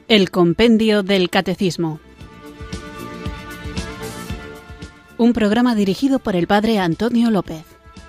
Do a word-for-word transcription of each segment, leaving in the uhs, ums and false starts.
El Compendio del Catecismo. Un programa dirigido por el Padre Antonio López.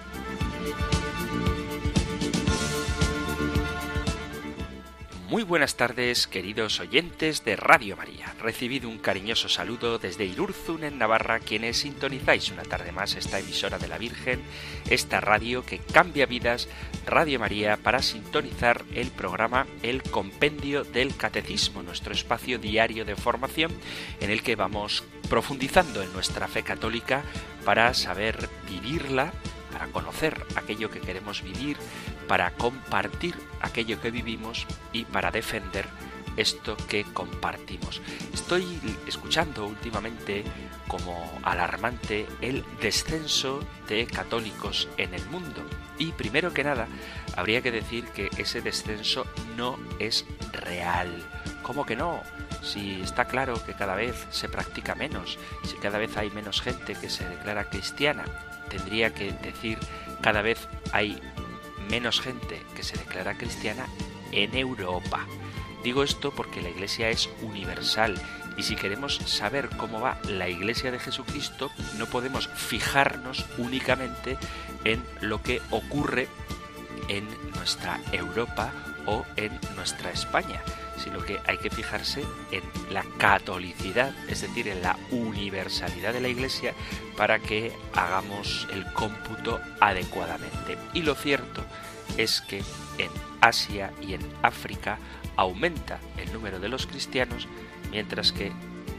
Muy buenas tardes, queridos oyentes de Radio María. Recibid un cariñoso saludo desde Irurzun, en Navarra, quienes sintonizáis una tarde más esta emisora de la Virgen, esta radio que cambia vidas, Radio María, para sintonizar el programa El Compendio del Catecismo, nuestro espacio diario de formación en el que vamos profundizando en nuestra fe católica para saber vivirla, para conocer aquello que queremos vivir, para compartir aquello que vivimos y para defender esto que compartimos. Estoy escuchando últimamente como alarmante el descenso de católicos en el mundo. Y primero que nada, habría que decir que ese descenso no es real. ¿Cómo que no? Si está claro que cada vez se practica menos, si cada vez hay menos gente que se declara cristiana, tendría que decir cada vez hay menos gente que se declara cristiana en Europa. Digo esto porque la Iglesia es universal y si queremos saber cómo va la Iglesia de Jesucristo, no podemos fijarnos únicamente en lo que ocurre en nuestra Europa o en nuestra España, sino que hay que fijarse en la catolicidad, es decir, en la universalidad de la Iglesia, para que hagamos el cómputo adecuadamente. Y lo cierto es que en Asia y en África aumenta el número de los cristianos, mientras que,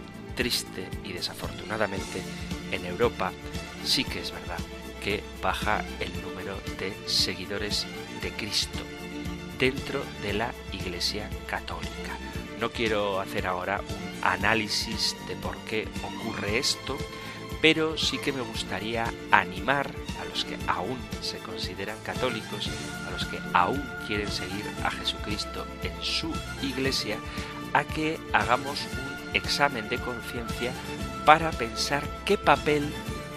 triste y desafortunadamente, en Europa sí que es verdad que baja el número de seguidores de Cristo dentro de la Iglesia Católica. No quiero hacer ahora un análisis de por qué ocurre esto, pero sí que me gustaría animar a los que aún se consideran católicos, a los que aún quieren seguir a Jesucristo en su Iglesia, a que hagamos un examen de conciencia para pensar qué papel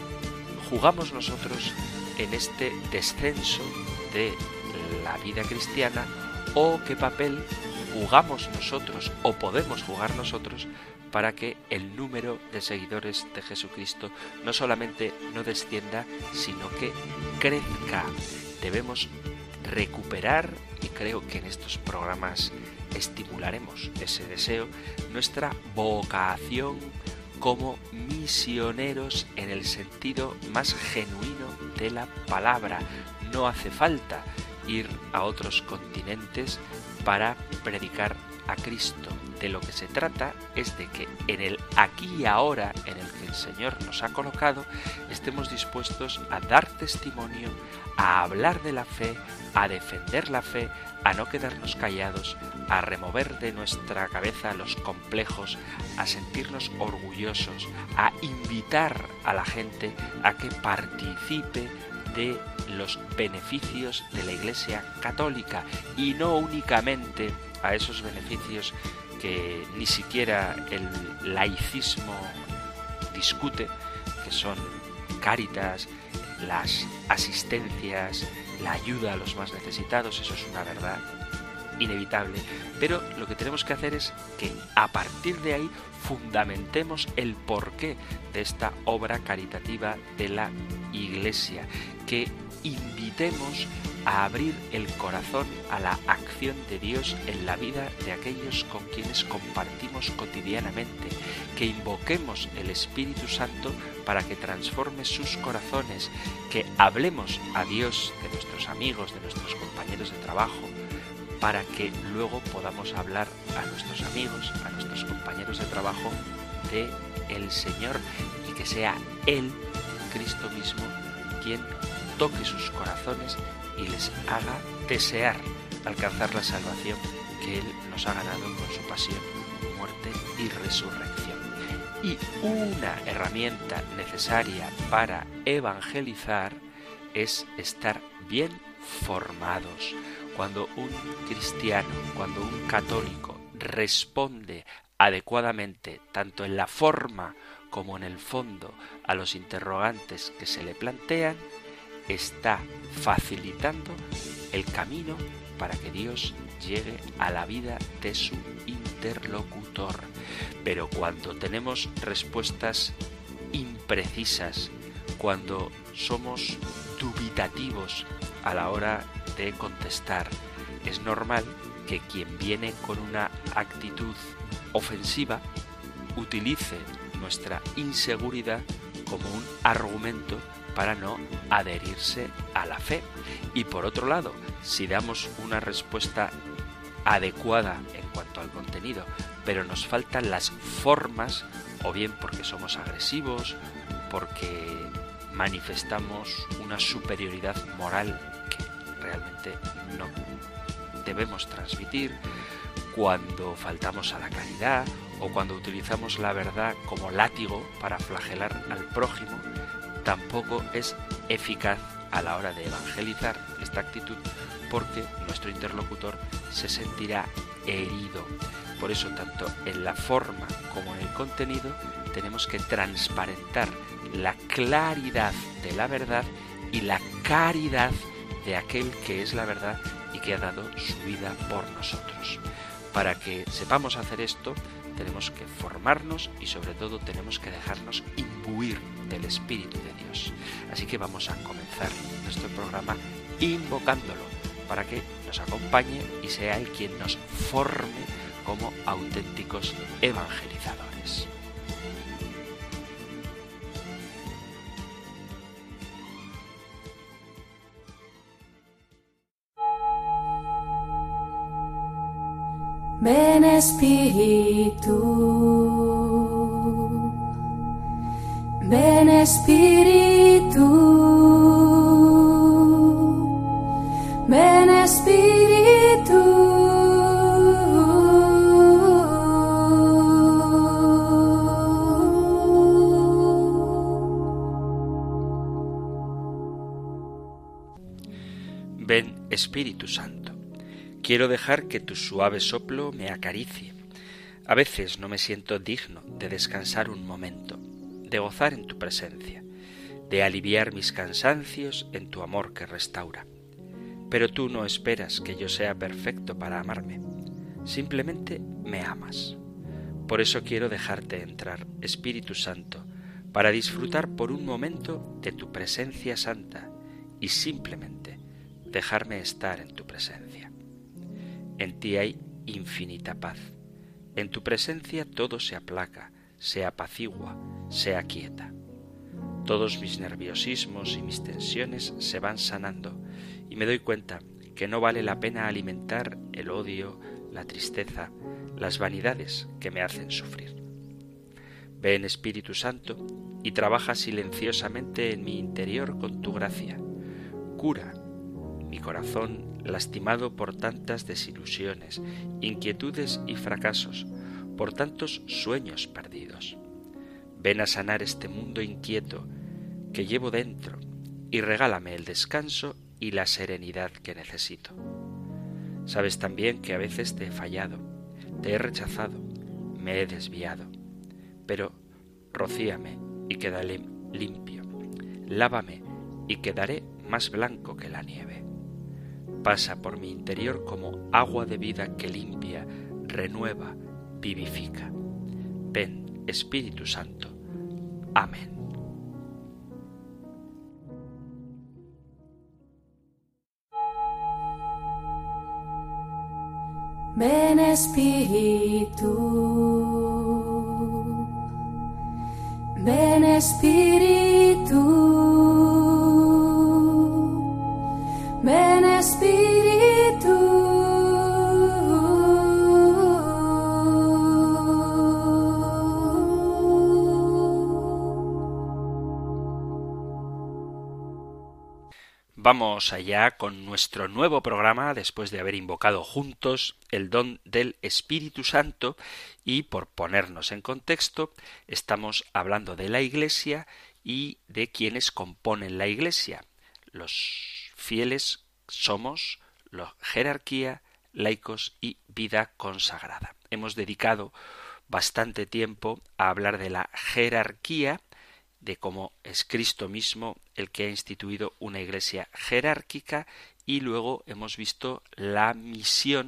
jugamos nosotros en este descenso de la vida cristiana, o qué papel jugamos nosotros o podemos jugar nosotros para que el número de seguidores de Jesucristo no solamente no descienda, sino que crezca. Debemos recuperar, y creo que en estos programas estimularemos ese deseo, nuestra vocación como misioneros en el sentido más genuino de la palabra. No hace falta ir a otros continentes para predicar a Cristo. De lo que se trata es de que en el aquí y ahora en el que el Señor nos ha colocado, estemos dispuestos a dar testimonio, a hablar de la fe, a defender la fe, a no quedarnos callados, a remover de nuestra cabeza los complejos, a sentirnos orgullosos, a invitar a la gente a que participe de los beneficios de la Iglesia Católica, y no únicamente a esos beneficios que ni siquiera el laicismo discute, que son Cáritas, las asistencias, la ayuda a los más necesitados. Eso es una verdad inevitable, pero lo que tenemos que hacer es que a partir de ahí fundamentemos el porqué de esta obra caritativa de la Iglesia, que invitemos a abrir el corazón a la acción de Dios en la vida de aquellos con quienes compartimos cotidianamente, que invoquemos el Espíritu Santo para que transforme sus corazones, que hablemos a Dios de nuestros amigos, de nuestros compañeros de trabajo, para que luego podamos hablar a nuestros amigos, a nuestros compañeros de trabajo, de el Señor, y que sea Él, Cristo mismo, quien toque sus corazones y les haga desear alcanzar la salvación que Él nos ha ganado con su pasión, muerte y resurrección. Y una herramienta necesaria para evangelizar es estar bien formados. Cuando un cristiano, cuando un católico responde adecuadamente, tanto en la forma como en el fondo, a los interrogantes que se le plantean, está facilitando el camino para que Dios llegue a la vida de su interior. interlocutor. Pero cuando tenemos respuestas imprecisas, cuando somos dubitativos a la hora de contestar, es normal que quien viene con una actitud ofensiva utilice nuestra inseguridad como un argumento para no adherirse a la fe. Y por otro lado, si damos una respuesta adecuada en cuanto al contenido, pero nos faltan las formas, o bien porque somos agresivos, porque manifestamos una superioridad moral que realmente no debemos transmitir, cuando faltamos a la caridad o cuando utilizamos la verdad como látigo para flagelar al prójimo, tampoco es eficaz a la hora de evangelizar esta actitud, porque nuestro interlocutor se sentirá herido. Por eso, tanto en la forma como en el contenido, tenemos que transparentar la claridad de la verdad y la caridad de aquel que es la verdad y que ha dado su vida por nosotros. Para que sepamos hacer esto, tenemos que formarnos y sobre todo tenemos que dejarnos imbuir del Espíritu de Dios. Así que vamos a comenzar nuestro programa invocándolo para que nos acompañe y sea Él quien nos forme como auténticos evangelizadores. Ven Espíritu, ven Espíritu, ven Espíritu. Ven Espíritu Santo. Quiero dejar que tu suave soplo me acaricie. A veces no me siento digno de descansar un momento, de gozar en tu presencia, de aliviar mis cansancios en tu amor que restaura. Pero tú no esperas que yo sea perfecto para amarme. Simplemente me amas. Por eso quiero dejarte entrar, Espíritu Santo, para disfrutar por un momento de tu presencia santa y simplemente dejarme estar en tu presencia. En ti hay infinita paz. En tu presencia todo se aplaca, se apacigua, se aquieta. Todos mis nerviosismos y mis tensiones se van sanando y me doy cuenta que no vale la pena alimentar el odio, la tristeza, las vanidades que me hacen sufrir. Ven, Espíritu Santo, y trabaja silenciosamente en mi interior con tu gracia. Cura mi corazón lastimado por tantas desilusiones, inquietudes y fracasos, por tantos sueños perdidos. Ven a sanar este mundo inquieto que llevo dentro y regálame el descanso y la serenidad que necesito. Sabes también que a veces te he fallado, te he rechazado, me he desviado, pero rocíame y quedaré limpio, lávame y quedaré más blanco que la nieve. Pasa por mi interior como agua de vida que limpia, renueva, vivifica. Ven, Espíritu Santo. Amén. Ven Espíritu, ven Espíritu, ven Espíritu. Vamos allá con nuestro nuevo programa después de haber invocado juntos el don del Espíritu Santo y, por ponernos en contexto, estamos hablando de la Iglesia y de quienes componen la Iglesia. Los fieles somos la jerarquía, laicos y vida consagrada. Hemos dedicado bastante tiempo a hablar de la jerarquía, de cómo es Cristo mismo el que ha instituido una iglesia jerárquica, y luego hemos visto la misión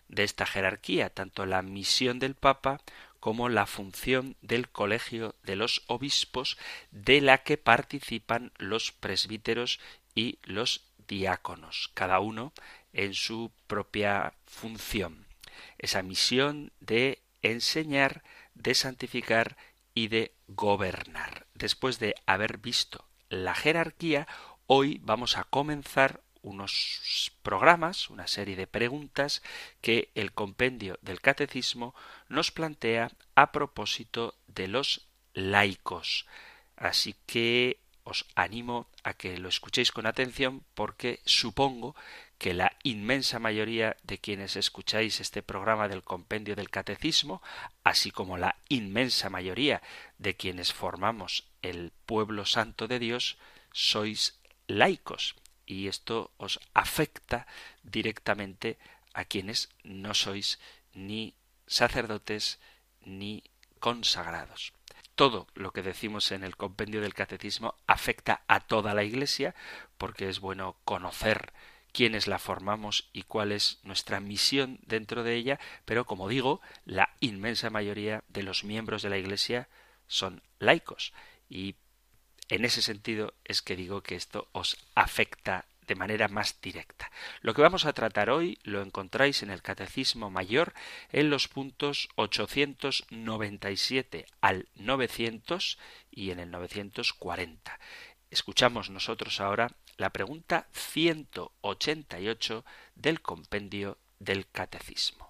de esta jerarquía, tanto la misión del Papa como la función del colegio de los obispos, de la que participan los presbíteros y los diáconos, cada uno en su propia función. Esa misión de enseñar, de santificar y de gobernar. Después de haber visto la jerarquía, hoy vamos a comenzar unos programas, una serie de preguntas que el compendio del Catecismo nos plantea a propósito de los laicos. Así que os animo a que lo escuchéis con atención, porque supongo que la inmensa mayoría de quienes escucháis este programa del compendio del Catecismo, así como la inmensa mayoría de quienes formamos el pueblo santo de Dios, sois laicos. Y esto os afecta directamente a quienes no sois ni sacerdotes ni consagrados. Todo lo que decimos en el compendio del Catecismo afecta a toda la Iglesia, porque es bueno conocer quiénes la formamos y cuál es nuestra misión dentro de ella, pero como digo, la inmensa mayoría de los miembros de la Iglesia son laicos, y en ese sentido es que digo que esto os afecta de manera más directa. Lo que vamos a tratar hoy lo encontráis en el Catecismo Mayor en los puntos ochocientos noventa y siete al novecientos y en el novecientos cuarenta. Escuchamos nosotros ahora la pregunta ciento ochenta y ocho del compendio del Catecismo.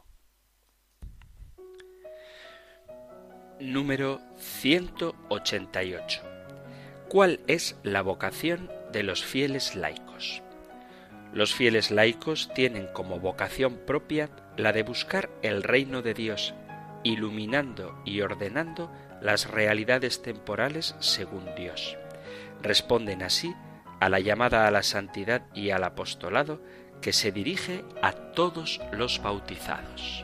Número ciento ochenta y ocho. ¿Cuál es la vocación de los fieles laicos? Los fieles laicos tienen como vocación propia la de buscar el reino de Dios, iluminando y ordenando las realidades temporales según Dios. Responden así a la llamada a la santidad y al apostolado que se dirige a todos los bautizados.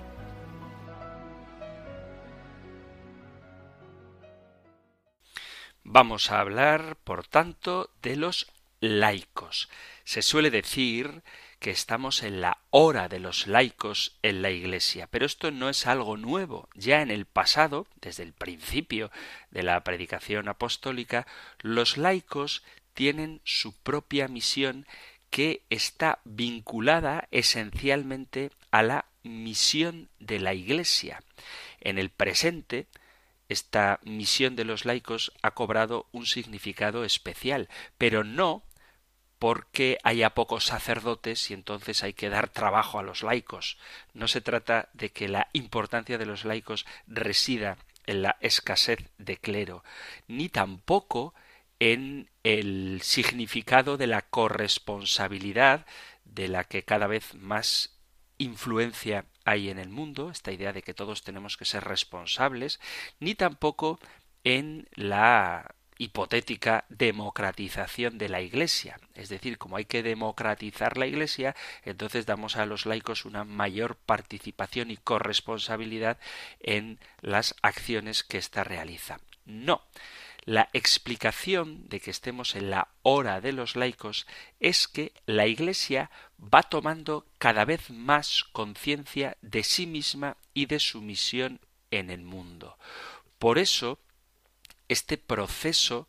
Vamos a hablar, por tanto, de los laicos. Se suele decir que estamos en la hora de los laicos en la Iglesia, pero esto no es algo nuevo. Ya en el pasado, desde el principio de la predicación apostólica, los laicos tienen su propia misión, que está vinculada esencialmente a la misión de la Iglesia. En el presente, esta misión de los laicos ha cobrado un significado especial, pero no porque haya pocos sacerdotes y entonces hay que dar trabajo a los laicos. No se trata de que la importancia de los laicos resida en la escasez de clero, ni tampoco en el significado de la corresponsabilidad, de la que cada vez más influencia hay en el mundo, esta idea de que todos tenemos que ser responsables, ni tampoco en la hipotética democratización de la Iglesia. Es decir, como hay que democratizar la Iglesia, entonces damos a los laicos una mayor participación y corresponsabilidad en las acciones que ésta realiza. No. La explicación de que estemos en la hora de los laicos es que la Iglesia va tomando cada vez más conciencia de sí misma y de su misión en el mundo. Por eso, este proceso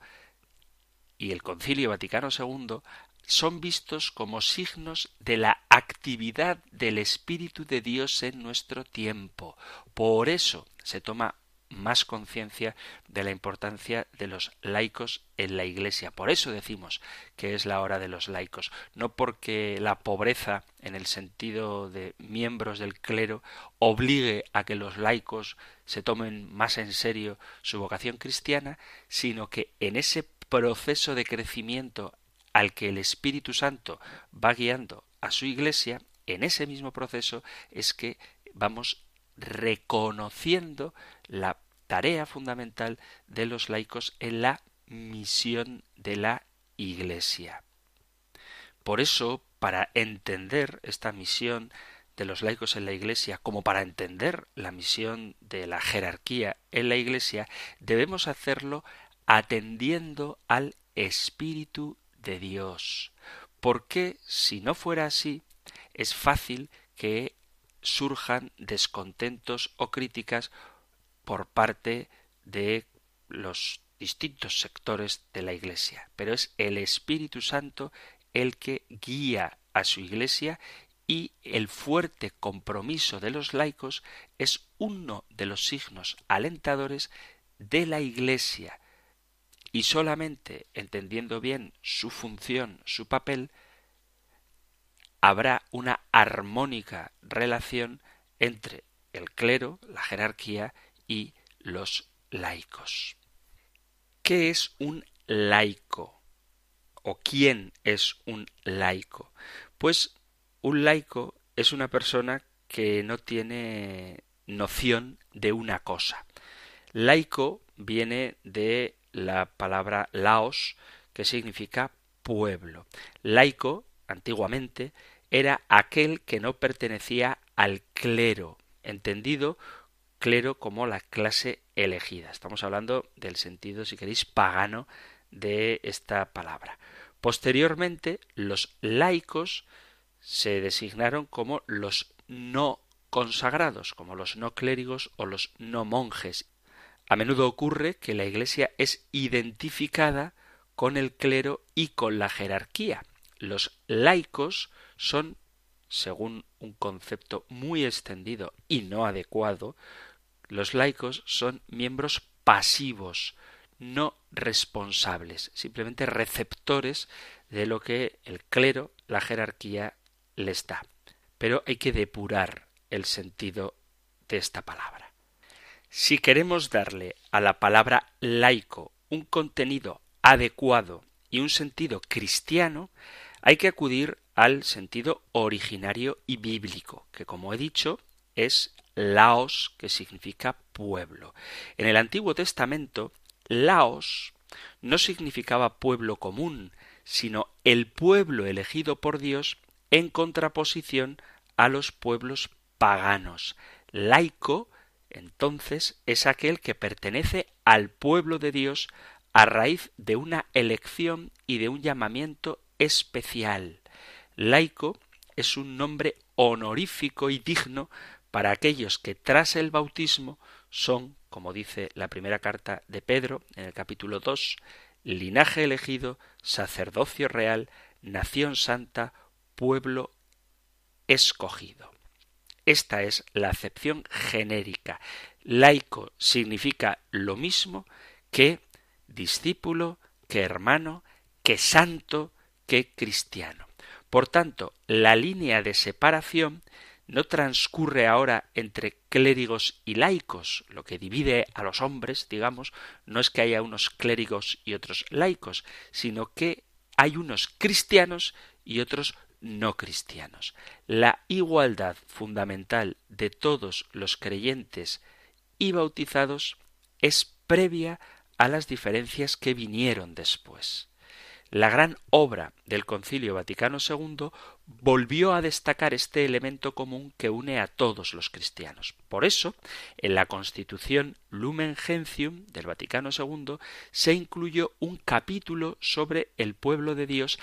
y el Concilio Vaticano segundo son vistos como signos de la actividad del Espíritu de Dios en nuestro tiempo. Por eso se toma más conciencia de la importancia de los laicos en la Iglesia. Por eso decimos que es la hora de los laicos, no porque la pobreza, en el sentido de miembros del clero, obligue a que los laicos se tomen más en serio su vocación cristiana, sino que en ese proceso de crecimiento al que el Espíritu Santo va guiando a su Iglesia, en ese mismo proceso es que vamos reconociendo la tarea fundamental de los laicos en la misión de la Iglesia. Por eso, para entender esta misión de los laicos en la Iglesia, como para entender la misión de la jerarquía en la Iglesia, debemos hacerlo atendiendo al Espíritu de Dios. Porque, si no fuera así, es fácil que surjan descontentos o críticas por parte de los distintos sectores de la Iglesia. Pero es el Espíritu Santo el que guía a su Iglesia, y el fuerte compromiso de los laicos es uno de los signos alentadores de la Iglesia. Y solamente entendiendo bien su función, su papel, habrá una armónica relación entre el clero, la jerarquía y los laicos. ¿Qué es un laico? ¿O quién es un laico? Pues un laico es una persona que no tiene noción de una cosa. Laico viene de la palabra laos, que significa pueblo. Laico, antiguamente, era aquel que no pertenecía al clero, entendido clero como la clase elegida. Estamos hablando del sentido, si queréis, pagano de esta palabra. Posteriormente, los laicos se designaron como los no consagrados, como los no clérigos o los no monjes. A menudo ocurre que la Iglesia es identificada con el clero y con la jerarquía. Los laicos son, según un concepto muy extendido y no adecuado, los laicos son miembros pasivos, no responsables, simplemente receptores de lo que el clero, la jerarquía, les da. Pero hay que depurar el sentido de esta palabra. Si queremos darle a la palabra laico un contenido adecuado y un sentido cristiano, hay que acudir al sentido originario y bíblico, que, como he dicho, es laos, que significa pueblo. En el Antiguo Testamento, laos no significaba pueblo común, sino el pueblo elegido por Dios en contraposición a los pueblos paganos. Laico, entonces, es aquel que pertenece al pueblo de Dios a raíz de una elección y de un llamamiento especial. Laico es un nombre honorífico y digno para aquellos que tras el bautismo son, como dice la primera carta de Pedro en el capítulo dos, linaje elegido, sacerdocio real, nación santa, pueblo escogido. Esta es la acepción genérica. Laico significa lo mismo que discípulo, que hermano, que santo, que cristiano. Por tanto, la línea de separación no transcurre ahora entre clérigos y laicos. Lo que divide a los hombres, digamos, no es que haya unos clérigos y otros laicos, sino que hay unos cristianos y otros no cristianos. La igualdad fundamental de todos los creyentes y bautizados es previa a las diferencias que vinieron después. La gran obra del Concilio Vaticano segundo volvió a destacar este elemento común que une a todos los cristianos. Por eso, en la Constitución Lumen Gentium del Vaticano segundo se incluyó un capítulo sobre el pueblo de Dios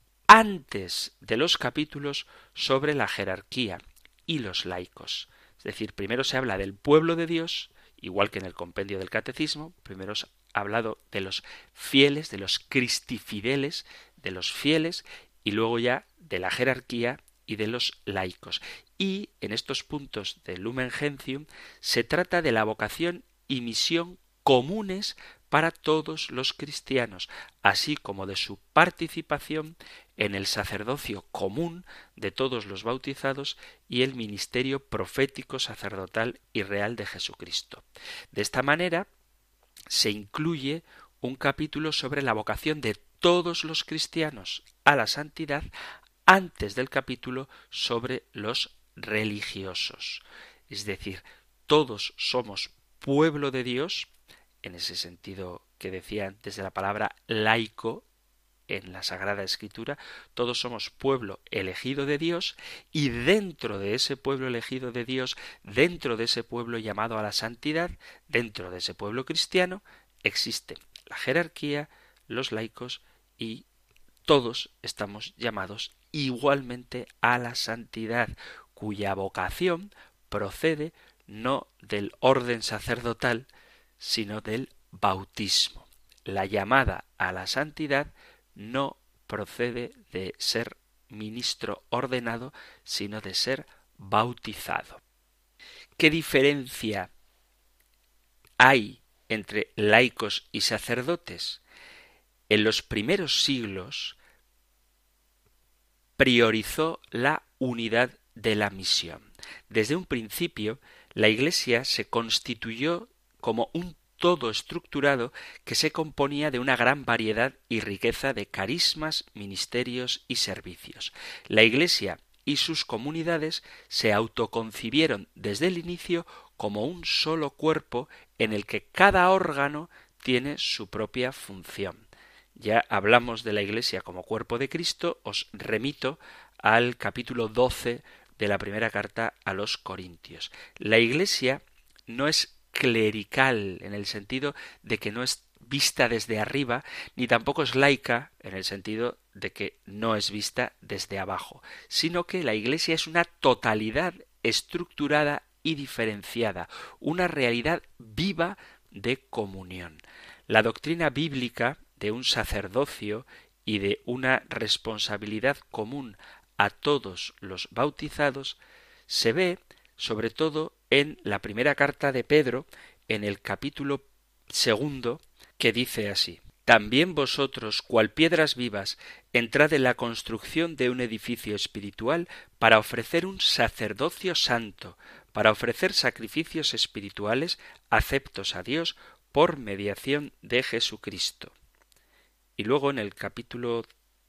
antes de los capítulos sobre la jerarquía y los laicos. Es decir, primero se habla del pueblo de Dios, igual que en el compendio del Catecismo, primero se ha hablado de los fieles, de los cristifideles, de los fieles, y luego ya de la jerarquía y de los laicos. Y en estos puntos de Lumen Gentium se trata de la vocación y misión comunes para todos los cristianos, así como de su participación en el sacerdocio común de todos los bautizados y el ministerio profético, sacerdotal y real de Jesucristo. De esta manera se incluye un capítulo sobre la vocación de todos los cristianos a la santidad antes del capítulo sobre los religiosos. Es decir, todos somos pueblo de Dios, en ese sentido que decía antes de la palabra laico en la Sagrada Escritura, todos somos pueblo elegido de Dios, y dentro de ese pueblo elegido de Dios, dentro de ese pueblo llamado a la santidad, dentro de ese pueblo cristiano, existe la jerarquía, los laicos, y todos estamos llamados igualmente a la santidad, cuya vocación procede no del orden sacerdotal, sino del bautismo. La llamada a la santidad no procede de ser ministro ordenado, sino de ser bautizado. ¿Qué diferencia hay entre laicos y sacerdotes? En los primeros siglos priorizó la unidad de la misión. Desde un principio, la Iglesia se constituyó como un todo estructurado que se componía de una gran variedad y riqueza de carismas, ministerios y servicios. La Iglesia y sus comunidades se autoconcibieron desde el inicio como un solo cuerpo en el que cada órgano tiene su propia función. Ya hablamos de la Iglesia como cuerpo de Cristo, os remito al capítulo doce de la primera carta a los Corintios. La Iglesia no es clerical en el sentido de que no es vista desde arriba, ni tampoco es laica en el sentido de que no es vista desde abajo, sino que la Iglesia es una totalidad estructurada y diferenciada, una realidad viva de comunión. La doctrina bíblica de un sacerdocio y de una responsabilidad común a todos los bautizados se ve sobre todo en la primera carta de Pedro, en el capítulo segundo, que dice así: También vosotros, cual piedras vivas, entrad en la construcción de un edificio espiritual para ofrecer un sacerdocio santo, para ofrecer sacrificios espirituales aceptos a Dios por mediación de Jesucristo. Y luego en el capítulo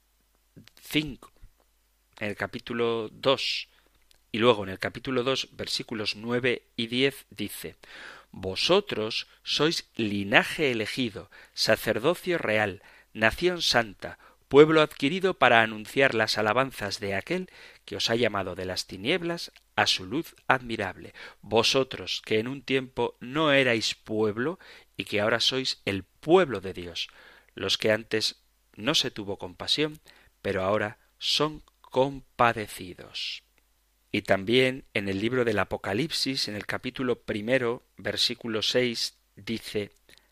cinco, en el capítulo dos, y luego en el capítulo dos, versículos nueve y diez, dice: Vosotros sois linaje elegido, sacerdocio real, nación santa, pueblo adquirido para anunciar las alabanzas de aquel que os ha llamado de las tinieblas a su luz admirable. Vosotros que en un tiempo no erais pueblo y que ahora sois el pueblo de Dios, los que antes no se tuvo compasión, pero ahora son compadecidos. Y también en el libro del Apocalipsis, en el capítulo primero, versículo seis, dice: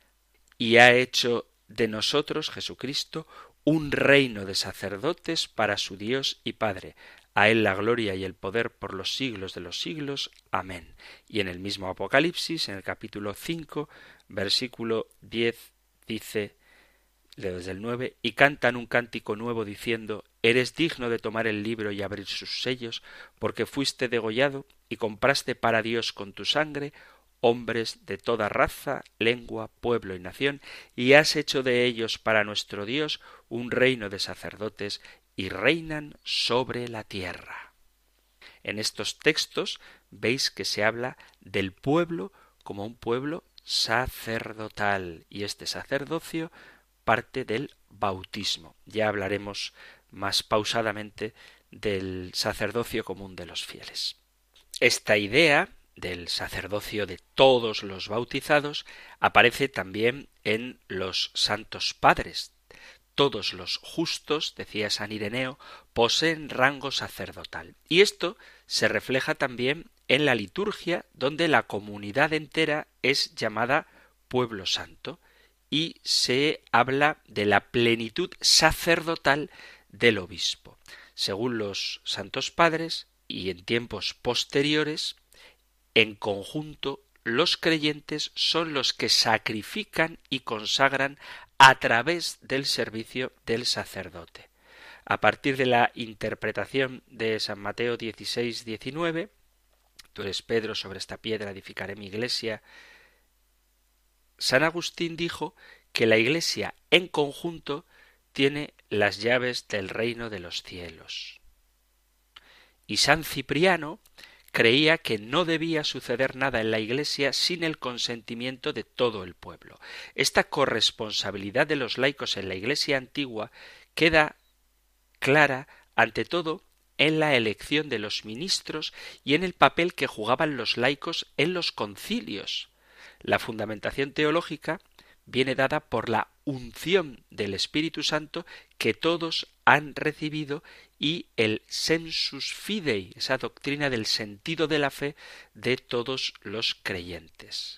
Y ha hecho de nosotros, Jesucristo, un reino de sacerdotes para su Dios y Padre. A él la gloria y el poder por los siglos de los siglos. Amén. Y en el mismo Apocalipsis, en el capítulo cinco, versículo diez, dice, desde el nueve, y cantan un cántico nuevo diciendo: Eres digno de tomar el libro y abrir sus sellos, porque fuiste degollado y compraste para Dios con tu sangre hombres de toda raza, lengua, pueblo y nación, y has hecho de ellos para nuestro Dios un reino de sacerdotes, y reinan sobre la tierra. En estos textos veis que se habla del pueblo como un pueblo sacerdotal, y este sacerdocio parte del bautismo. Ya hablaremos más pausadamente del sacerdocio común de los fieles. Esta idea del sacerdocio de todos los bautizados aparece también en los santos padres. Todos los justos, decía San Ireneo, poseen rango sacerdotal. Y esto se refleja también en la liturgia, donde la comunidad entera es llamada pueblo santo, y se habla de la plenitud sacerdotal del obispo. Según los santos padres, y en tiempos posteriores, en conjunto los creyentes son los que sacrifican y consagran a través del servicio del sacerdote. A partir de la interpretación de San Mateo dieciséis, diecinueve, tú eres Pedro, sobre esta piedra edificaré mi iglesia, San Agustín dijo que la iglesia en conjunto tiene las llaves del reino de los cielos. Y San Cipriano creía que no debía suceder nada en la Iglesia sin el consentimiento de todo el pueblo. Esta corresponsabilidad de los laicos en la Iglesia antigua queda clara, ante todo, en la elección de los ministros y en el papel que jugaban los laicos en los concilios. La fundamentación teológica viene dada por la unción del Espíritu Santo que todos han recibido y el sensus fidei, esa doctrina del sentido de la fe de todos los creyentes.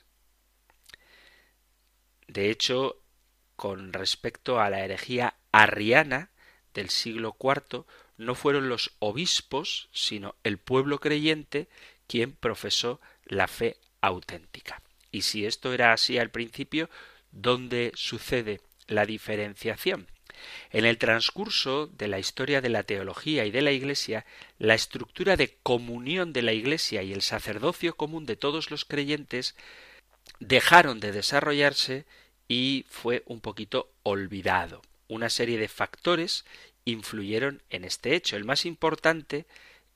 De hecho, con respecto a la herejía arriana del siglo cuarto, no fueron los obispos, sino el pueblo creyente quien profesó la fe auténtica. Y si esto era así al principio, ¿dónde sucede la diferenciación? En el transcurso de la historia de la teología y de la Iglesia, la estructura de comunión de la Iglesia y el sacerdocio común de todos los creyentes dejaron de desarrollarse y fue un poquito olvidado. Una serie de factores influyeron en este hecho. El más importante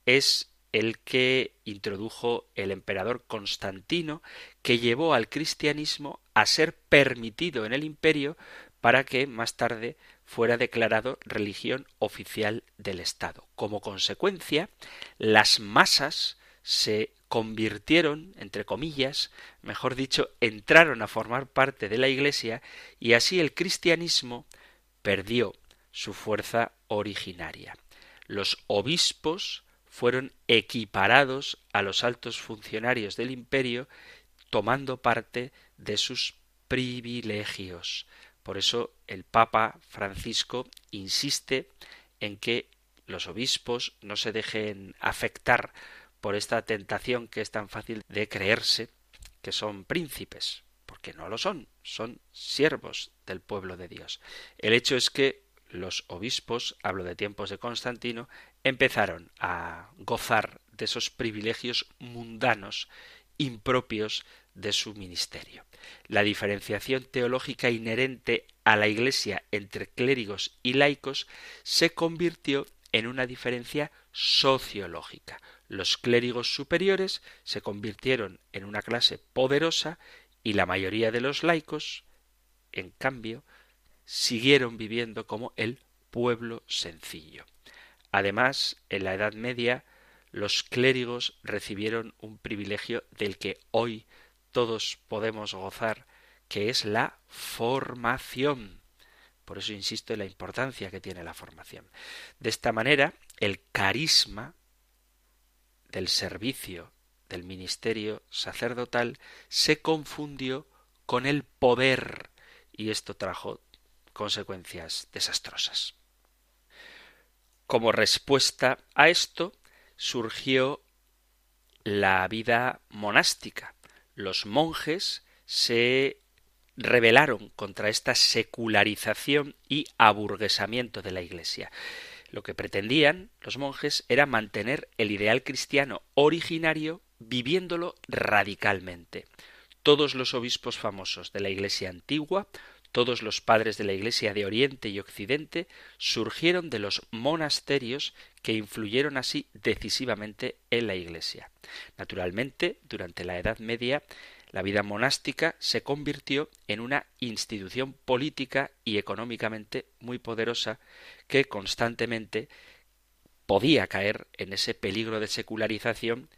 es el que introdujo el emperador Constantino, que llevó al cristianismo a ser permitido en el imperio para que más tarde fuera declarado religión oficial del Estado. Como consecuencia, las masas se convirtieron, entre comillas, mejor dicho, entraron a formar parte de la Iglesia y así el cristianismo perdió su fuerza originaria. Los obispos fueron equiparados a los altos funcionarios del imperio, tomando parte de sus privilegios. Por eso el Papa Francisco insiste en que los obispos no se dejen afectar por esta tentación que es tan fácil de creerse que son príncipes, porque no lo son, son siervos del pueblo de Dios. El hecho es que los obispos, hablo de tiempos de Constantino, empezaron a gozar de esos privilegios mundanos impropios de su ministerio. La diferenciación teológica inherente a la Iglesia entre clérigos y laicos se convirtió en una diferencia sociológica. Los clérigos superiores se convirtieron en una clase poderosa y la mayoría de los laicos, en cambio, siguieron viviendo como el pueblo sencillo. Además, en la Edad Media, los clérigos recibieron un privilegio del que hoy todos podemos gozar, que es la formación. Por eso insisto en la importancia que tiene la formación. De esta manera, el carisma del servicio del ministerio sacerdotal se confundió con el poder y esto trajo consecuencias desastrosas. Como respuesta a esto surgió la vida monástica. Los monjes se rebelaron contra esta secularización y aburguesamiento de la Iglesia. Lo que pretendían los monjes era mantener el ideal cristiano originario viviéndolo radicalmente. Todos los obispos famosos de la Iglesia antigua, todos los padres de la Iglesia de Oriente y Occidente surgieron de los monasterios que influyeron así decisivamente en la Iglesia. Naturalmente, durante la Edad Media, la vida monástica se convirtió en una institución política y económicamente muy poderosa que constantemente podía caer en ese peligro de secularización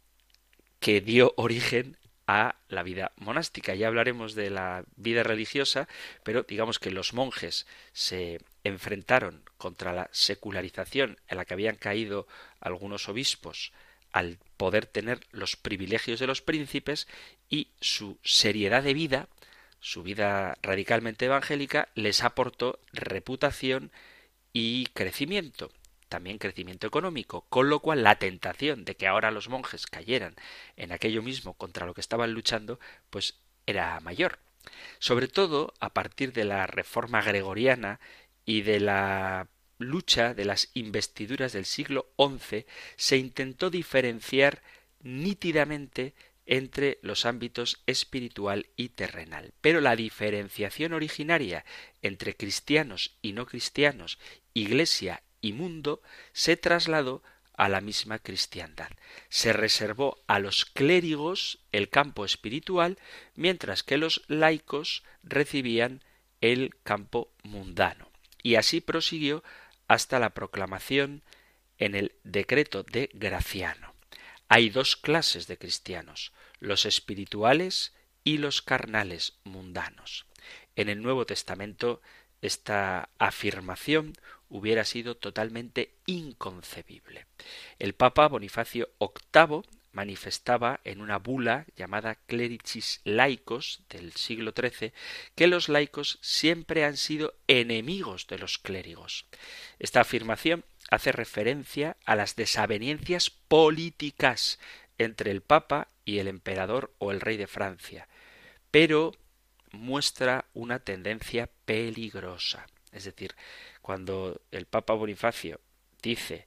que dio origen a la vida monástica. Ya hablaremos de la vida religiosa, pero digamos que los monjes se enfrentaron contra la secularización en la que habían caído algunos obispos al poder tener los privilegios de los príncipes y su seriedad de vida, su vida radicalmente evangélica, les aportó reputación y crecimiento, también crecimiento económico, con lo cual la tentación de que ahora los monjes cayeran en aquello mismo contra lo que estaban luchando, pues era mayor. Sobre todo a partir de la reforma gregoriana y de la lucha de las investiduras del siglo once, se intentó diferenciar nítidamente entre los ámbitos espiritual y terrenal. Pero la diferenciación originaria entre cristianos y no cristianos, iglesia y mundo, se trasladó a la misma cristiandad. Se reservó a los clérigos el campo espiritual, mientras que los laicos recibían el campo mundano. Y así prosiguió hasta la proclamación en el decreto de Graciano. Hay dos clases de cristianos, los espirituales y los carnales mundanos. en el Nuevo Testamento esta afirmación hubiera sido totalmente inconcebible. El Papa Bonifacio octavo manifestaba en una bula llamada Clericis Laicos del siglo trece que los laicos siempre han sido enemigos de los clérigos. Esta afirmación hace referencia a las desavenencias políticas entre el Papa y el emperador o el rey de Francia, pero muestra una tendencia peligrosa. Es decir, cuando el Papa Bonifacio dice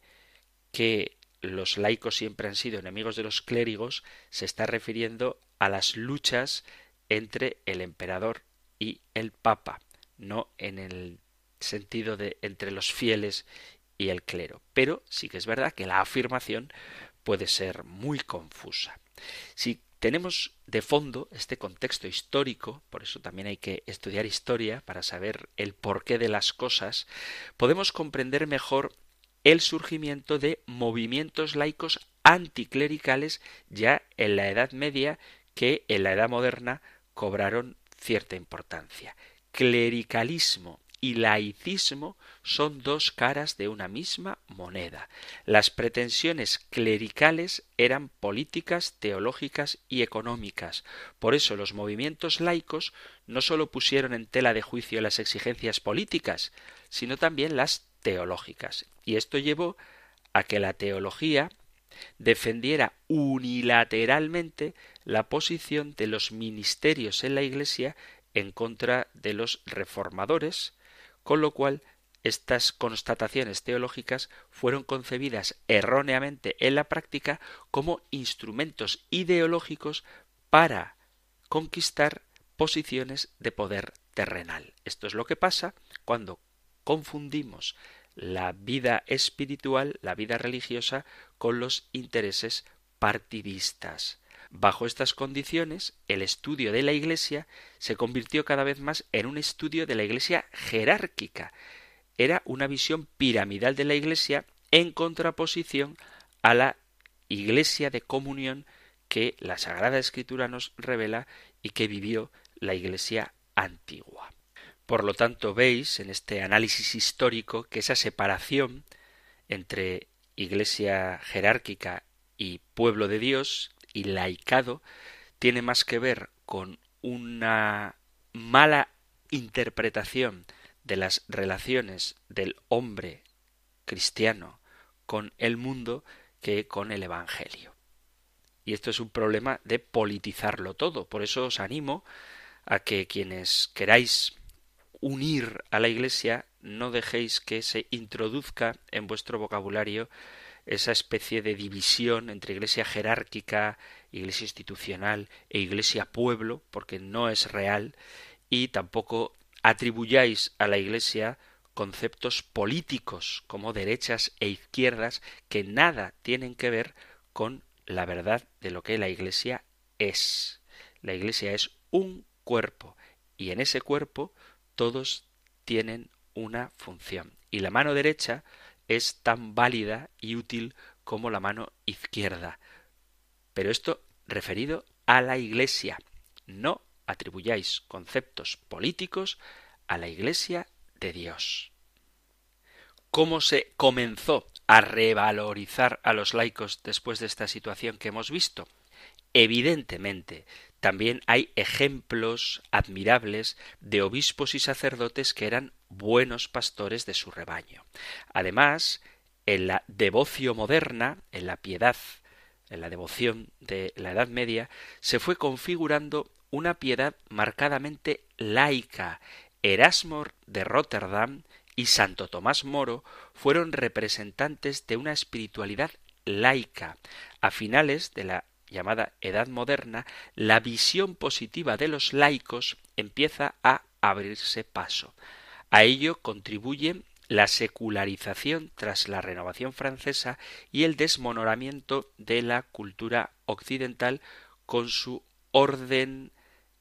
que los laicos siempre han sido enemigos de los clérigos, se está refiriendo a las luchas entre el emperador y el Papa, no en el sentido de entre los fieles y el clero. Pero sí que es verdad que la afirmación puede ser muy confusa. Si tenemos de fondo este contexto histórico, por eso también hay que estudiar historia para saber el porqué de las cosas, podemos comprender mejor el surgimiento de movimientos laicos anticlericales ya en la Edad Media, que en la Edad Moderna cobraron cierta importancia. Clericalismo y laicismo son dos caras de una misma moneda. Las pretensiones clericales eran políticas, teológicas y económicas. Por eso los movimientos laicos no sólo pusieron en tela de juicio las exigencias políticas, sino también las teológicas. Y esto llevó a que la teología defendiera unilateralmente la posición de los ministerios en la Iglesia en contra de los reformadores, con lo cual estas constataciones teológicas fueron concebidas erróneamente en la práctica como instrumentos ideológicos para conquistar posiciones de poder terrenal. Esto es lo que pasa cuando confundimos la vida espiritual, la vida religiosa, con los intereses partidistas. Bajo estas condiciones, el estudio de la Iglesia se convirtió cada vez más en un estudio de la Iglesia jerárquica. Era una visión piramidal de la Iglesia en contraposición a la Iglesia de comunión que la Sagrada Escritura nos revela y que vivió la Iglesia antigua. Por lo tanto, veis en este análisis histórico que esa separación entre Iglesia jerárquica y pueblo de Dios y laicado tiene más que ver con una mala interpretación de las relaciones del hombre cristiano con el mundo que con el Evangelio. Y esto es un problema de politizarlo todo. Por eso os animo a que quienes queráis unir a la Iglesia no dejéis que se introduzca en vuestro vocabulario esa especie de división entre Iglesia jerárquica, Iglesia institucional e Iglesia pueblo, porque no es real, y tampoco atribuyáis a la Iglesia conceptos políticos como derechas e izquierdas que nada tienen que ver con la verdad de lo que la Iglesia es. La Iglesia es un cuerpo y en ese cuerpo todos tienen una función. Y la mano derecha es tan válida y útil como la mano izquierda. Pero esto referido a la Iglesia. No atribuyáis conceptos políticos a la Iglesia de Dios. ¿Cómo se comenzó a revalorizar a los laicos después de esta situación que hemos visto? Evidentemente, también hay ejemplos admirables de obispos y sacerdotes que eran buenos pastores de su rebaño. Además, en la devoción moderna, en la piedad, en la devoción de la Edad Media, se fue configurando una piedad marcadamente laica. Erasmo de Rotterdam y Santo Tomás Moro fueron representantes de una espiritualidad laica. A finales de la llamada Edad Moderna, la visión positiva de los laicos empieza a abrirse paso. A ello contribuyen la secularización tras la Renovación Francesa y el desmoronamiento de la cultura occidental con su orden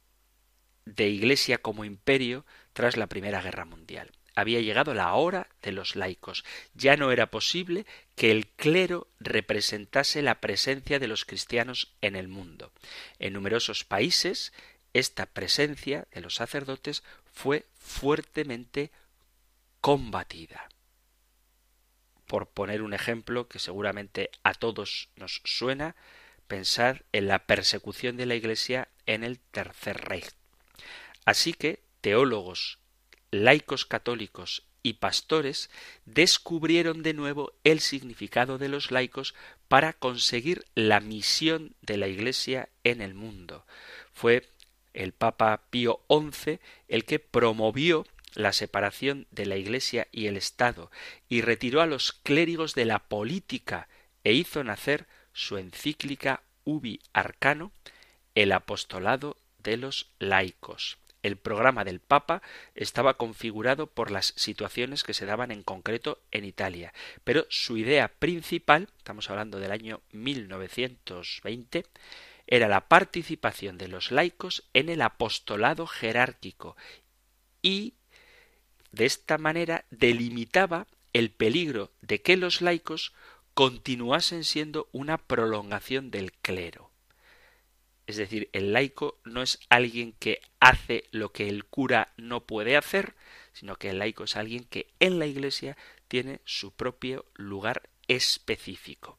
de Iglesia como imperio tras la Primera Guerra Mundial. Había llegado la hora de los laicos. Ya no era posible que el clero representase la presencia de los cristianos en el mundo. En numerosos países, esta presencia de los sacerdotes fue fuertemente combatida. Por poner un ejemplo que seguramente a todos nos suena, pensar en la persecución de la Iglesia en el Tercer Reich. Así que teólogos, laicos católicos y pastores descubrieron de nuevo el significado de los laicos para conseguir la misión de la Iglesia en el mundo. Fue el Papa Pío once el que promovió la separación de la Iglesia y el Estado y retiró a los clérigos de la política e hizo nacer su encíclica Ubi Arcano, el apostolado de los laicos. El programa del Papa estaba configurado por las situaciones que se daban en concreto en Italia, pero su idea principal, estamos hablando del año mil novecientos veinte, era la participación de los laicos en el apostolado jerárquico y de esta manera delimitaba el peligro de que los laicos continuasen siendo una prolongación del clero. Es decir, el laico no es alguien que hace lo que el cura no puede hacer, sino que el laico es alguien que en la Iglesia tiene su propio lugar específico.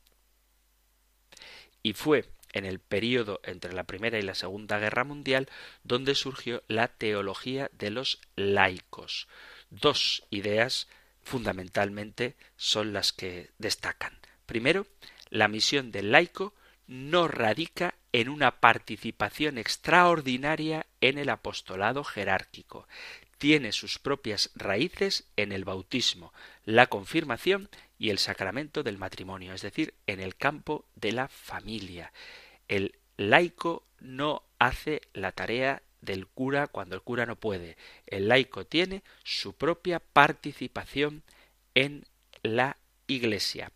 Y fue en el período entre la Primera y la Segunda Guerra Mundial donde surgió la teología de los laicos. Dos ideas fundamentalmente son las que destacan. Primero, la misión del laico no radica en una participación extraordinaria en el apostolado jerárquico. Tiene sus propias raíces en el bautismo, la confirmación y el sacramento del matrimonio, es decir, en el campo de la familia. El laico no hace la tarea del cura cuando el cura no puede. El laico tiene su propia participación en la Iglesia.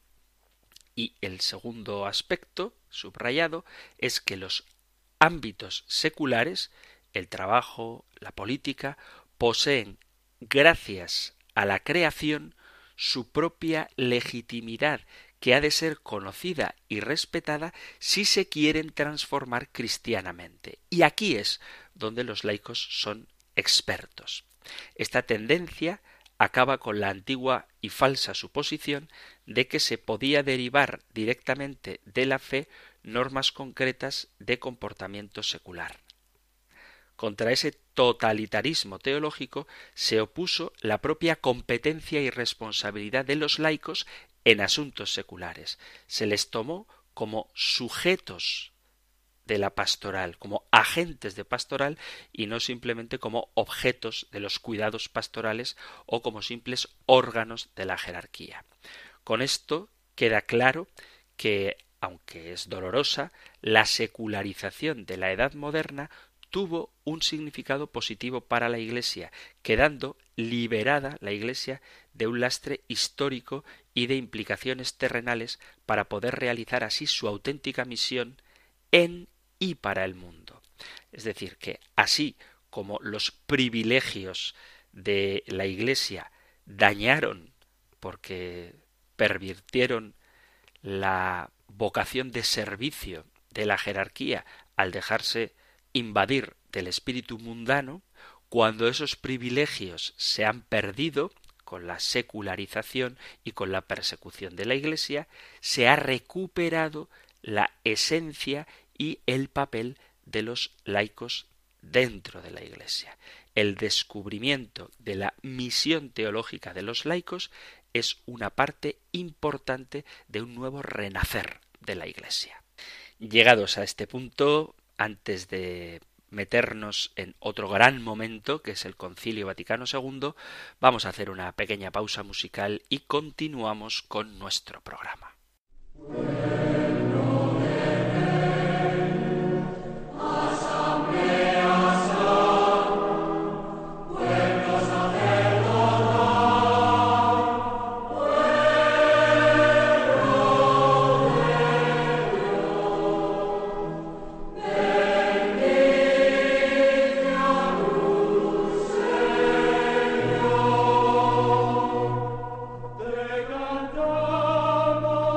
Y el segundo aspecto subrayado es que los ámbitos seculares, el trabajo, la política, poseen, gracias a la creación, su propia legitimidad, que ha de ser conocida y respetada si se quieren transformar cristianamente. Y aquí es donde los laicos son expertos. Esta tendencia acaba con la antigua y falsa suposición de que se podía derivar directamente de la fe normas concretas de comportamiento secular. Contra ese totalitarismo teológico se opuso la propia competencia y responsabilidad de los laicos en asuntos seculares. Se les tomó como sujetos de la pastoral, como agentes de pastoral y no simplemente como objetos de los cuidados pastorales o como simples órganos de la jerarquía. Con esto queda claro que, aunque es dolorosa, la secularización de la Edad Moderna tuvo un significado positivo para la Iglesia, quedando liberada la Iglesia de un lastre histórico y de implicaciones terrenales para poder realizar así su auténtica misión en y para el mundo. Es decir, que así como los privilegios de la Iglesia dañaron porque pervirtieron la vocación de servicio de la jerarquía al dejarse invadir del espíritu mundano, cuando esos privilegios se han perdido con la secularización y con la persecución de la Iglesia, se ha recuperado la esencia y el papel de los laicos dentro de la Iglesia. El descubrimiento de la misión teológica de los laicos es una parte importante de un nuevo renacer de la Iglesia. Llegados a este punto, antes de meternos en otro gran momento, que es el Concilio Vaticano segundo, vamos a hacer una pequeña pausa musical y continuamos con nuestro programa. Cantamos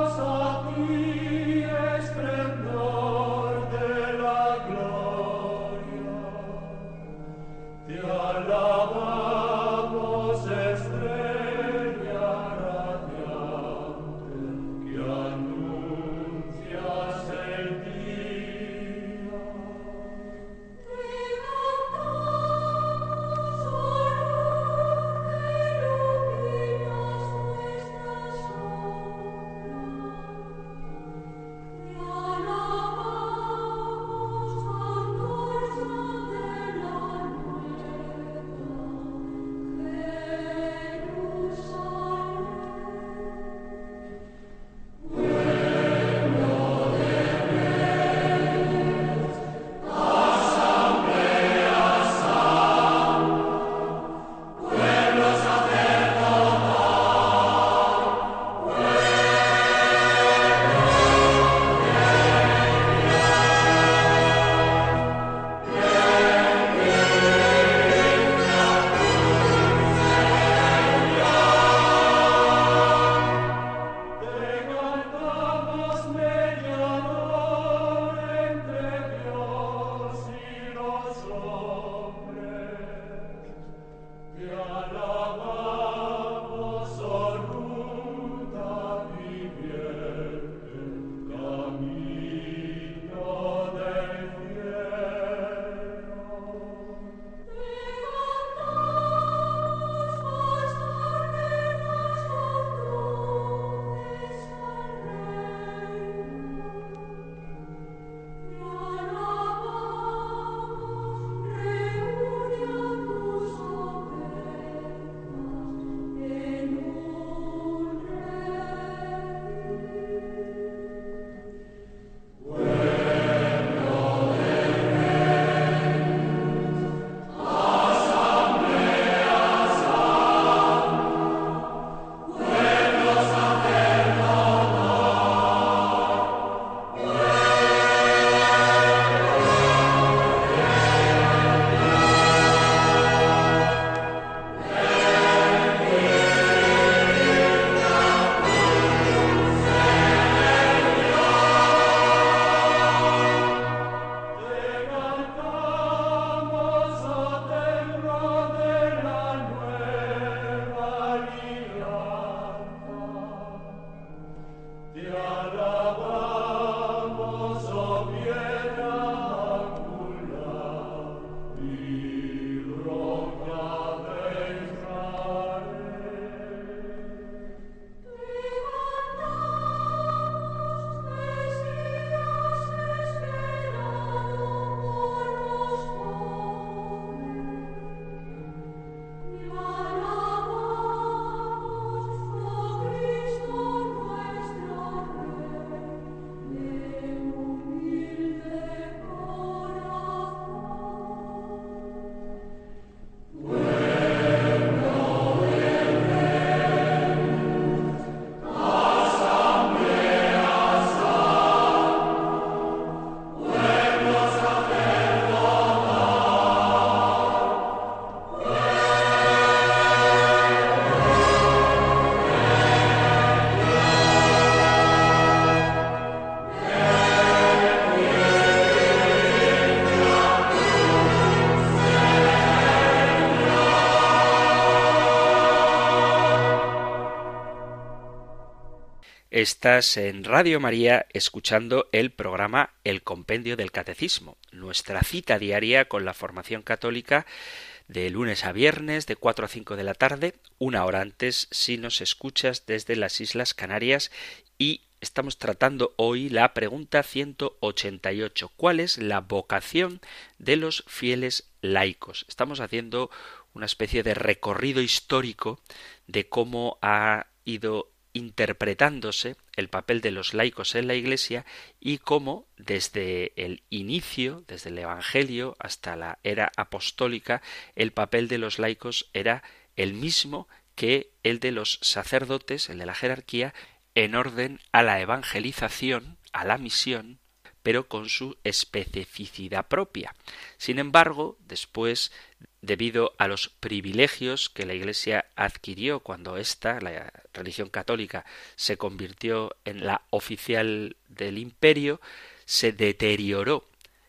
Estás en Radio María escuchando el programa El Compendio del Catecismo, nuestra cita diaria con la formación católica de lunes a viernes de cuatro a cinco de la tarde, una hora antes si nos escuchas desde las Islas Canarias, y estamos tratando hoy la pregunta ciento ochenta y ocho. ¿Cuál es la vocación de los fieles laicos? Estamos haciendo una especie de recorrido histórico de cómo ha ido interpretándose el papel de los laicos en la Iglesia y cómo desde el inicio, desde el Evangelio hasta la era apostólica, el papel de los laicos era el mismo que el de los sacerdotes, el de la jerarquía, en orden a la evangelización, a la misión, pero con su especificidad propia. Sin embargo, después, debido a los privilegios que la Iglesia adquirió cuando ésta, la religión católica, se convirtió en la oficial del imperio, se deterioró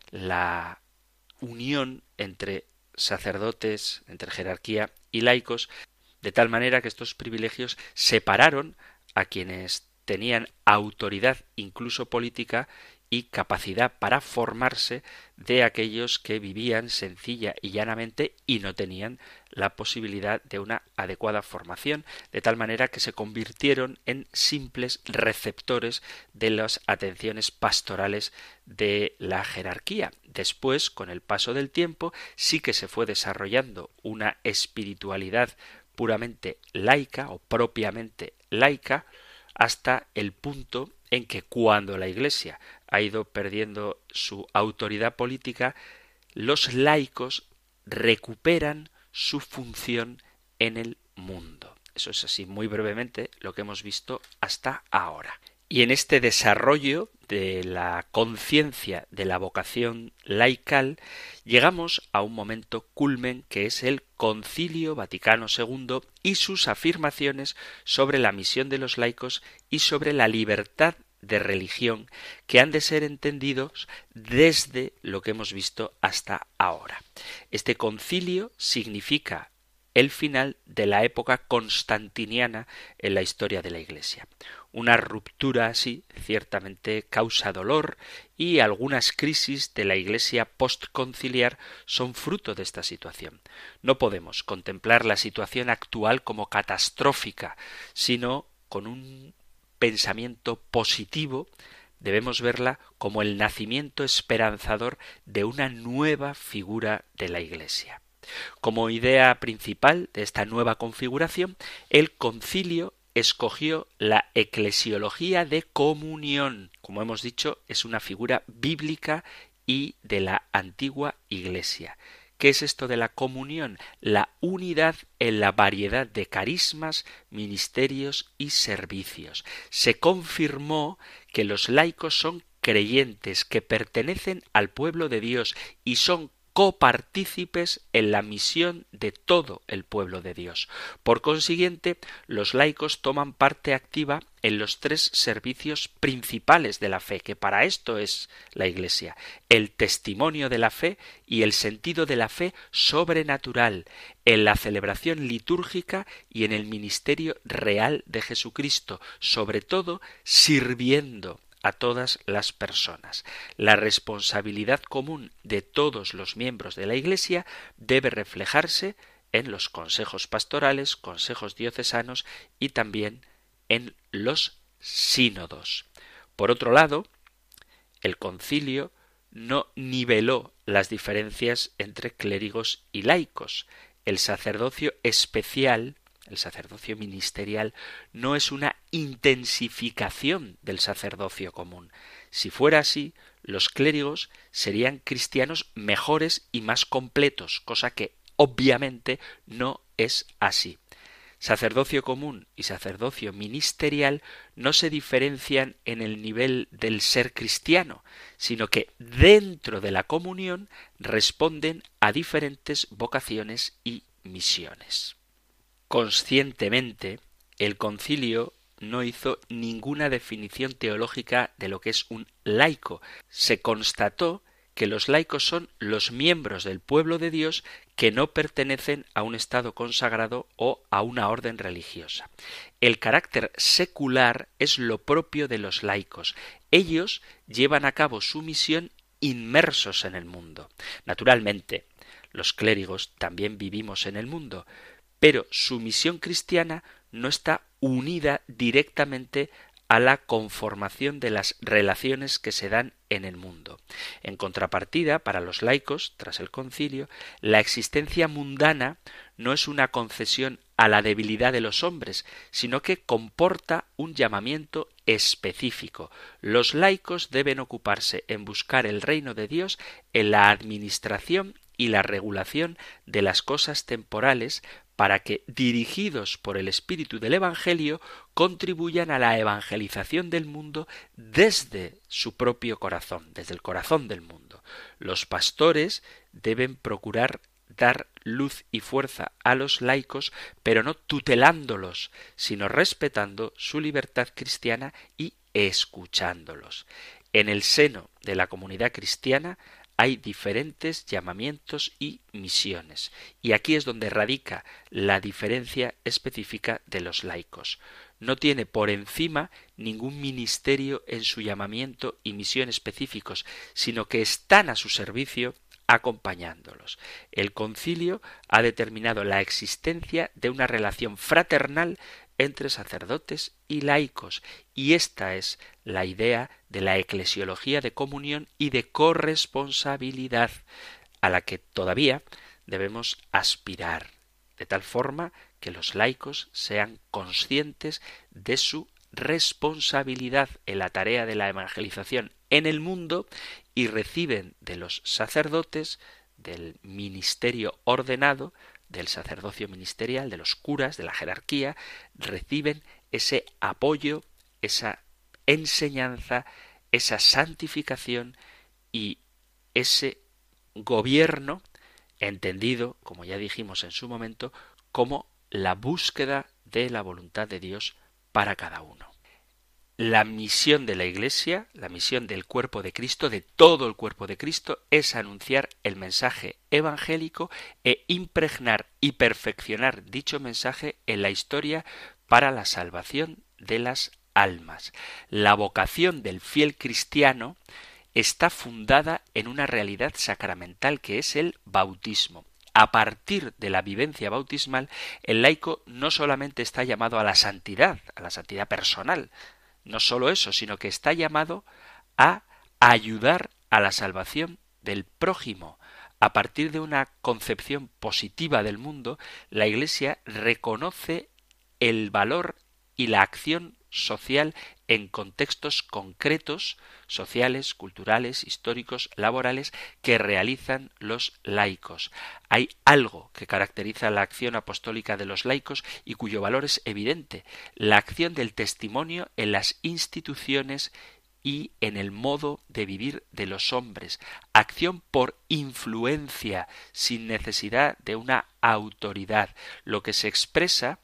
la unión entre sacerdotes, entre jerarquía y laicos, de tal manera que estos privilegios separaron a quienes tenían autoridad incluso política y capacidad para formarse de aquellos que vivían sencilla y llanamente y no tenían la posibilidad de una adecuada formación, de tal manera que se convirtieron en simples receptores de las atenciones pastorales de la jerarquía. Después, con el paso del tiempo, sí que se fue desarrollando una espiritualidad puramente laica o propiamente laica, hasta el punto en que cuando la Iglesia ha ido perdiendo su autoridad política, los laicos recuperan su función en el mundo. Eso es así muy brevemente lo que hemos visto hasta ahora. Y en este desarrollo de la conciencia de la vocación laical, llegamos a un momento culmen que es el Concilio Vaticano segundo y sus afirmaciones sobre la misión de los laicos y sobre la libertad de religión, que han de ser entendidos desde lo que hemos visto hasta ahora. Este concilio significa el final de la época constantiniana en la historia de la Iglesia. Una ruptura así ciertamente causa dolor y algunas crisis de la Iglesia postconciliar son fruto de esta situación. No podemos contemplar la situación actual como catastrófica, sino con un pensamiento positivo. Debemos verla como el nacimiento esperanzador de una nueva figura de la Iglesia. Como idea principal de esta nueva configuración, el concilio escogió la eclesiología de comunión. Como hemos dicho, es una figura bíblica y de la antigua Iglesia. ¿Qué es esto de la comunión? La unidad en la variedad de carismas, ministerios y servicios. Se confirmó que los laicos son creyentes, que pertenecen al pueblo de Dios y son copartícipes en la misión de todo el pueblo de Dios. Por consiguiente, los laicos toman parte activa en los tres servicios principales de la fe, que para esto es la Iglesia: el testimonio de la fe y el sentido de la fe sobrenatural, en la celebración litúrgica y en el ministerio real de Jesucristo, sobre todo sirviendo a todas las personas. La responsabilidad común de todos los miembros de la Iglesia debe reflejarse en los consejos pastorales, consejos diocesanos y también en los sínodos. Por otro lado, el concilio no niveló las diferencias entre clérigos y laicos. El sacerdocio especial, el sacerdocio ministerial, no es una intensificación del sacerdocio común. Si fuera así, los clérigos serían cristianos mejores y más completos, cosa que obviamente no es así. Sacerdocio común y sacerdocio ministerial no se diferencian en el nivel del ser cristiano, sino que dentro de la comunión responden a diferentes vocaciones y misiones. Conscientemente, el concilio no hizo ninguna definición teológica de lo que es un laico. Se constató que los laicos son los miembros del pueblo de Dios que no pertenecen a un estado consagrado o a una orden religiosa. El carácter secular es lo propio de los laicos. Ellos llevan a cabo su misión inmersos en el mundo. Naturalmente, los clérigos también vivimos en el mundo, pero su misión cristiana no está unida directamente a la conformación de las relaciones que se dan en el mundo. En contrapartida, para los laicos, tras el concilio, la existencia mundana no es una concesión a la debilidad de los hombres, sino que comporta un llamamiento específico. Los laicos deben ocuparse en buscar el reino de Dios en la administración y la regulación de las cosas temporales, para que, dirigidos por el espíritu del Evangelio, contribuyan a la evangelización del mundo desde su propio corazón, desde el corazón del mundo. Los pastores deben procurar dar luz y fuerza a los laicos, pero no tutelándolos, sino respetando su libertad cristiana y escuchándolos. En el seno de la comunidad cristiana hay diferentes llamamientos y misiones, y aquí es donde radica la diferencia específica de los laicos. No tiene por encima ningún ministerio en su llamamiento y misión específicos, sino que están a su servicio acompañándolos. El concilio ha determinado la existencia de una relación fraternal entre sacerdotes y laicos, y esta es la idea de la eclesiología de comunión y de corresponsabilidad, a la que todavía debemos aspirar, de tal forma que los laicos sean conscientes de su responsabilidad en la tarea de la evangelización en el mundo y reciben de los sacerdotes, del ministerio ordenado, del sacerdocio ministerial, de los curas, de la jerarquía, reciben ese apoyo, esa enseñanza, esa santificación y ese gobierno, entendido, como ya dijimos en su momento, como la búsqueda de la voluntad de Dios para cada uno. La misión de la Iglesia, la misión del cuerpo de Cristo, de todo el cuerpo de Cristo, es anunciar el mensaje evangélico e impregnar y perfeccionar dicho mensaje en la historia para la salvación de las almas. La vocación del fiel cristiano está fundada en una realidad sacramental que es el bautismo. A partir de la vivencia bautismal, el laico no solamente está llamado a la santidad, a la santidad personal, no solo eso, sino que está llamado a ayudar a la salvación del prójimo. A partir de una concepción positiva del mundo, la Iglesia reconoce el valor y la acción social en contextos concretos, sociales, culturales, históricos, laborales, que realizan los laicos. Hay algo que caracteriza la acción apostólica de los laicos y cuyo valor es evidente: la acción del testimonio en las instituciones y en el modo de vivir de los hombres, acción por influencia, sin necesidad de una autoridad, lo que se expresa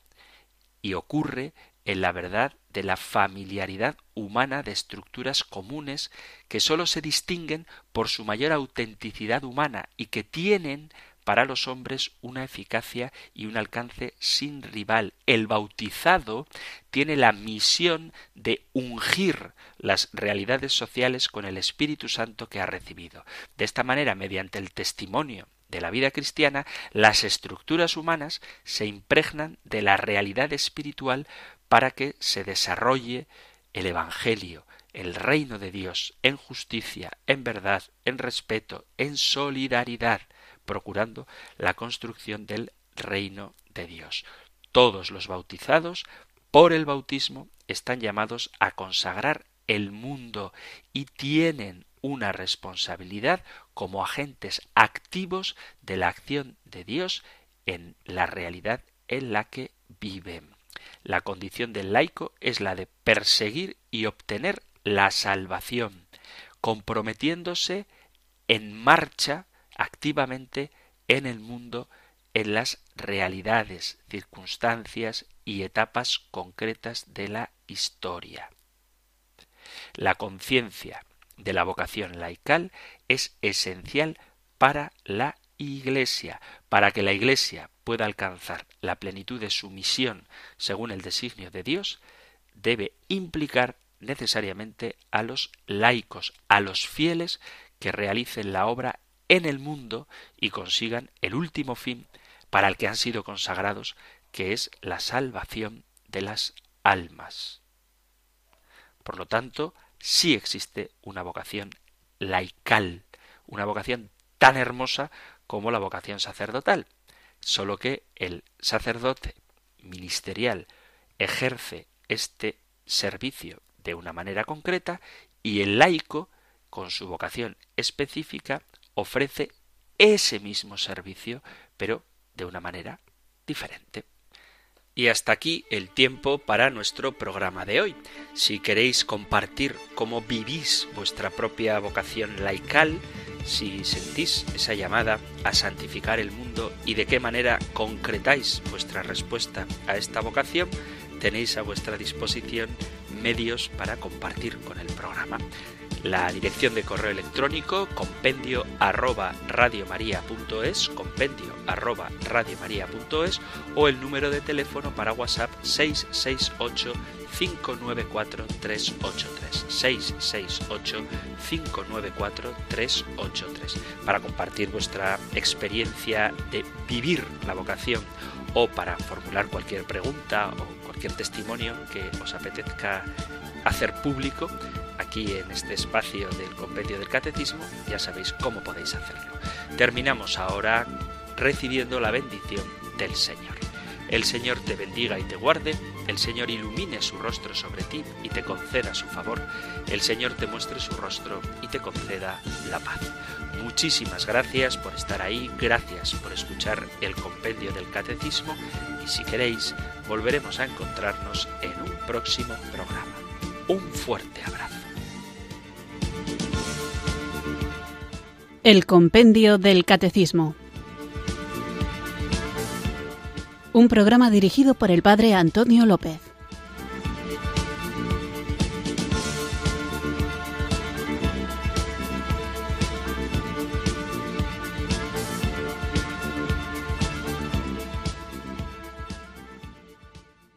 y ocurre en la verdad de la familiaridad humana de estructuras comunes que sólo se distinguen por su mayor autenticidad humana y que tienen para los hombres una eficacia y un alcance sin rival. El bautizado tiene la misión de ungir las realidades sociales con el Espíritu Santo que ha recibido. De esta manera, mediante el testimonio de la vida cristiana, las estructuras humanas se impregnan de la realidad espiritual para que se desarrolle el Evangelio, el reino de Dios, en justicia, en verdad, en respeto, en solidaridad, procurando la construcción del reino de Dios. Todos los bautizados, por el bautismo, están llamados a consagrar el mundo y tienen una responsabilidad como agentes activos de la acción de Dios en la realidad en la que viven. La condición del laico es la de perseguir y obtener la salvación, comprometiéndose en marcha activamente en el mundo, en las realidades, circunstancias y etapas concretas de la historia. La conciencia de la vocación laical es esencial para la Iglesia, para que la Iglesia pueda alcanzar la plenitud de su misión según el designio de Dios, debe implicar necesariamente a los laicos, a los fieles que realicen la obra en el mundo y consigan el último fin para el que han sido consagrados, que es la salvación de las almas. Por lo tanto, sí existe una vocación laical, una vocación tan hermosa como la vocación sacerdotal, solo que el sacerdote ministerial ejerce este servicio de una manera concreta y el laico, con su vocación específica, ofrece ese mismo servicio, pero de una manera diferente. Y hasta aquí el tiempo para nuestro programa de hoy. Si queréis compartir cómo vivís vuestra propia vocación laical, si sentís esa llamada a santificar el mundo y de qué manera concretáis vuestra respuesta a esta vocación, tenéis a vuestra disposición medios para compartir con el programa. La dirección de correo electrónico compendio arroba radiomaria.es, compendio arroba radiomaria.es, o el número de teléfono para WhatsApp seis seis ocho, cinco nueve cuatro, tres ocho tres, seis seis ocho, cinco nueve cuatro, tres ocho tres, para compartir vuestra experiencia de vivir la vocación o para formular cualquier pregunta o cualquier testimonio que os apetezca hacer público. Aquí en este espacio del Compendio del Catecismo ya sabéis cómo podéis hacerlo. Terminamos ahora recibiendo la bendición del Señor. El Señor te bendiga y te guarde, el Señor ilumine su rostro sobre ti y te conceda su favor, el Señor te muestre su rostro y te conceda la paz. Muchísimas gracias por estar ahí, gracias por escuchar el Compendio del Catecismo y si queréis volveremos a encontrarnos en un próximo programa. Un fuerte abrazo. El Compendio del Catecismo. Un programa dirigido por el Padre Antonio López.